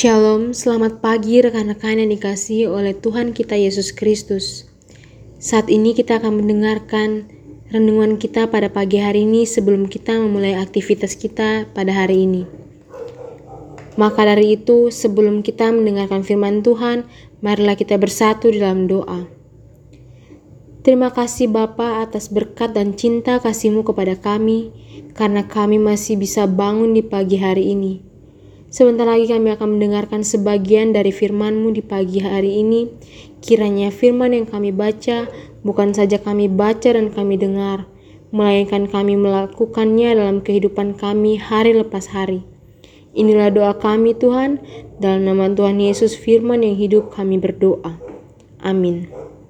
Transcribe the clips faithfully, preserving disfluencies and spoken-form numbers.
Shalom, selamat pagi rekan-rekan yang dikasihi oleh Tuhan kita Yesus Kristus. Saat ini kita akan mendengarkan renungan kita pada pagi hari ini sebelum kita memulai aktivitas kita pada hari ini. Maka dari itu, sebelum kita mendengarkan firman Tuhan, marilah kita bersatu dalam doa. Terima kasih Bapa atas berkat dan cinta kasih-Mu kepada kami, karena kami masih bisa bangun di pagi hari ini. Sebentar lagi kami akan mendengarkan sebagian dari firman-Mu di pagi hari ini. Kiranya firman yang kami baca, bukan saja kami baca dan kami dengar, melainkan kami melakukannya dalam kehidupan kami hari lepas hari. Inilah doa kami Tuhan, dalam nama Tuhan Yesus firman yang hidup kami berdoa. Amin.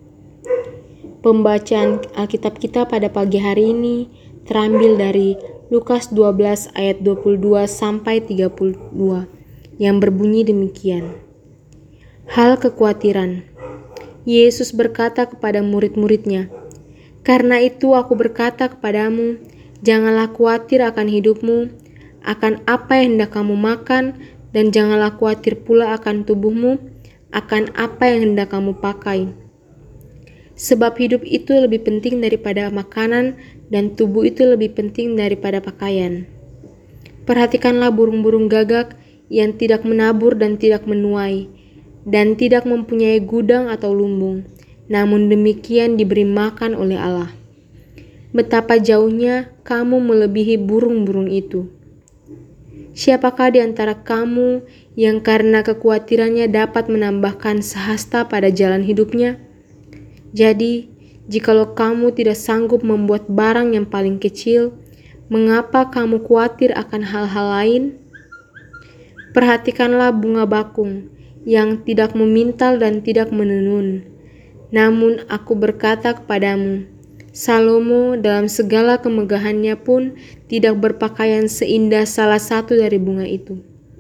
Pembacaan Alkitab kita pada pagi hari ini terambil dari Lukas dua belas ayat dua puluh dua sampai tiga puluh dua yang berbunyi demikian. Hal kekhawatiran. Yesus berkata kepada murid-muridnya, "Karena itu aku berkata kepadamu, janganlah khawatir akan hidupmu, akan apa yang hendak kamu makan, dan janganlah khawatir pula akan tubuhmu, akan apa yang hendak kamu pakai. Sebab hidup itu lebih penting daripada makanan, dan tubuh itu lebih penting daripada pakaian. Perhatikanlah burung-burung gagak yang tidak menabur dan tidak menuai, dan tidak mempunyai gudang atau lumbung, namun demikian diberi makan oleh Allah. Betapa jauhnya kamu melebihi burung-burung itu. Siapakah di antara kamu yang karena kekhawatirannya dapat menambahkan sehasta pada jalan hidupnya? Jadi, jikalau kamu tidak sanggup membuat barang yang paling kecil, mengapa kamu khawatir akan hal-hal lain? Perhatikanlah bunga bakung yang tidak memintal dan tidak menenun. Namun aku berkata kepadamu, Salomo dalam segala kemegahannya pun tidak berpakaian seindah salah satu dari bunga itu.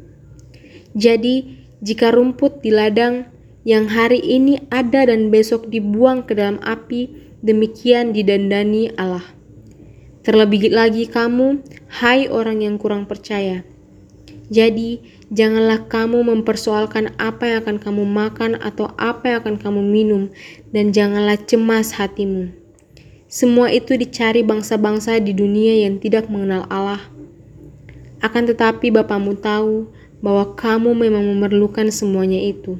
Jadi, jika rumput di ladang yang hari ini ada dan besok dibuang ke dalam api, demikian didandani Allah. Terlebih lagi kamu, hai orang yang kurang percaya. Jadi, janganlah kamu mempersoalkan apa yang akan kamu makan atau apa yang akan kamu minum, dan janganlah cemas hatimu. Semua itu dicari bangsa-bangsa di dunia yang tidak mengenal Allah. Akan tetapi Bapamu tahu bahwa kamu memang memerlukan semuanya itu.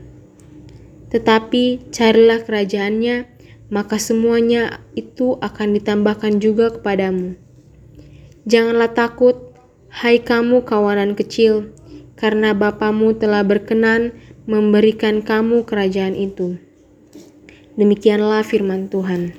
Tetapi carilah kerajaannya, maka semuanya itu akan ditambahkan juga kepadamu. Janganlah takut, hai kamu kawanan kecil, karena Bapamu telah berkenan memberikan kamu kerajaan itu." Demikianlah firman Tuhan.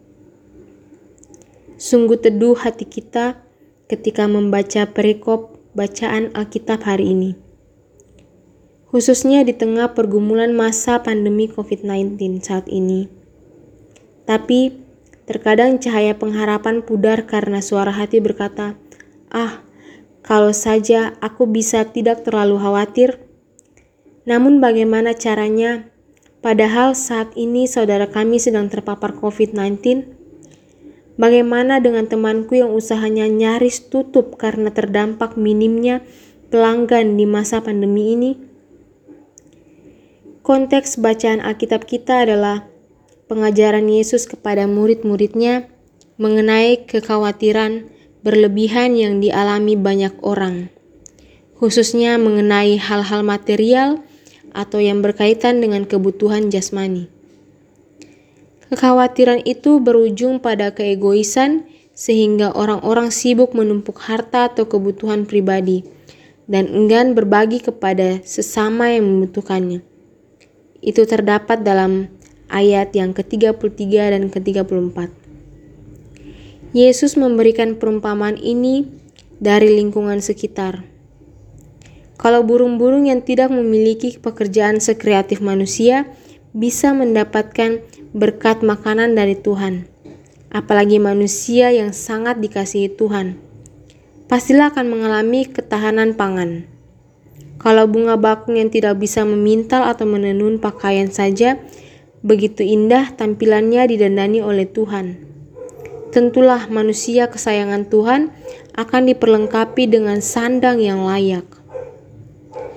Sungguh teduh hati kita ketika membaca perikop bacaan Alkitab hari ini. Khususnya di tengah pergumulan masa pandemi covid sembilan belas saat ini. Tapi, terkadang cahaya pengharapan pudar karena suara hati berkata, "Ah, kalau saja aku bisa tidak terlalu khawatir." Namun bagaimana caranya? Padahal saat ini saudara kami sedang terpapar covid sembilan belas. Bagaimana dengan temanku yang usahanya nyaris tutup karena terdampak minimnya pelanggan di masa pandemi ini? Konteks bacaan Alkitab kita adalah pengajaran Yesus kepada murid-muridnya mengenai kekhawatiran berlebihan yang dialami banyak orang, khususnya mengenai hal-hal material atau yang berkaitan dengan kebutuhan jasmani. Kekhawatiran itu berujung pada keegoisan sehingga orang-orang sibuk menumpuk harta atau kebutuhan pribadi dan enggan berbagi kepada sesama yang membutuhkannya. Itu terdapat dalam ayat yang ke tiga puluh tiga dan ke tiga puluh empat. Yesus memberikan perumpamaan ini dari lingkungan sekitar. Kalau burung-burung yang tidak memiliki pekerjaan sekreatif manusia bisa mendapatkan berkat makanan dari Tuhan, apalagi manusia yang sangat dikasihi Tuhan, pastilah akan mengalami ketahanan pangan. Kalau bunga bakung yang tidak bisa memintal atau menenun pakaian saja begitu indah tampilannya didandani oleh Tuhan, tentulah manusia kesayangan Tuhan akan diperlengkapi dengan sandang yang layak.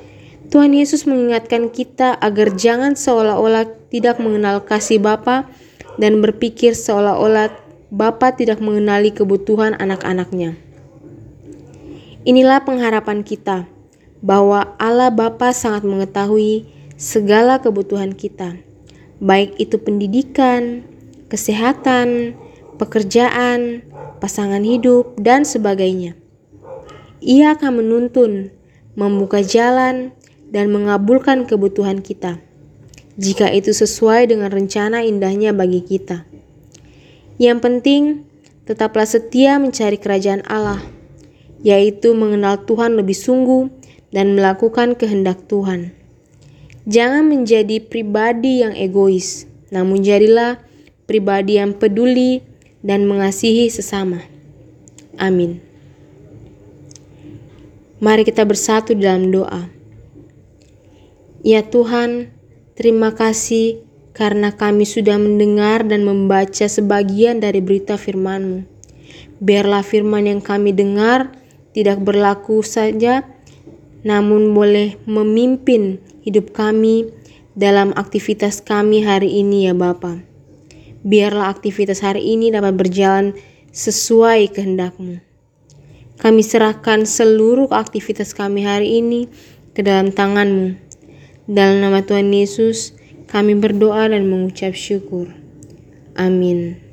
Tuhan Yesus mengingatkan kita agar jangan seolah-olah tidak mengenal kasih Bapa dan berpikir seolah-olah Bapa tidak mengenali kebutuhan anak-anaknya. Inilah pengharapan kita, bahwa Allah Bapa sangat mengetahui segala kebutuhan kita, baik itu pendidikan, kesehatan, pekerjaan, pasangan hidup, dan sebagainya. Ia akan menuntun, membuka jalan, dan mengabulkan kebutuhan kita, jika itu sesuai dengan rencana indahnya bagi kita. Yang penting, tetaplah setia mencari kerajaan Allah, yaitu mengenal Tuhan lebih sungguh dan melakukan kehendak Tuhan. Jangan menjadi pribadi yang egois, namun jadilah pribadi yang peduli dan mengasihi sesama. Amin. Mari kita bersatu dalam doa. Ya Tuhan, terima kasih karena kami sudah mendengar dan membaca sebagian dari berita firman-Mu. Biarlah firman yang kami dengar tidak berlaku saja, namun boleh memimpin hidup kami dalam aktivitas kami hari ini ya Bapa. Biarlah aktivitas hari ini dapat berjalan sesuai kehendak-Mu. Kami serahkan seluruh aktivitas kami hari ini ke dalam tangan-Mu. Dalam nama Tuhan Yesus, kami berdoa dan mengucap syukur. Amin.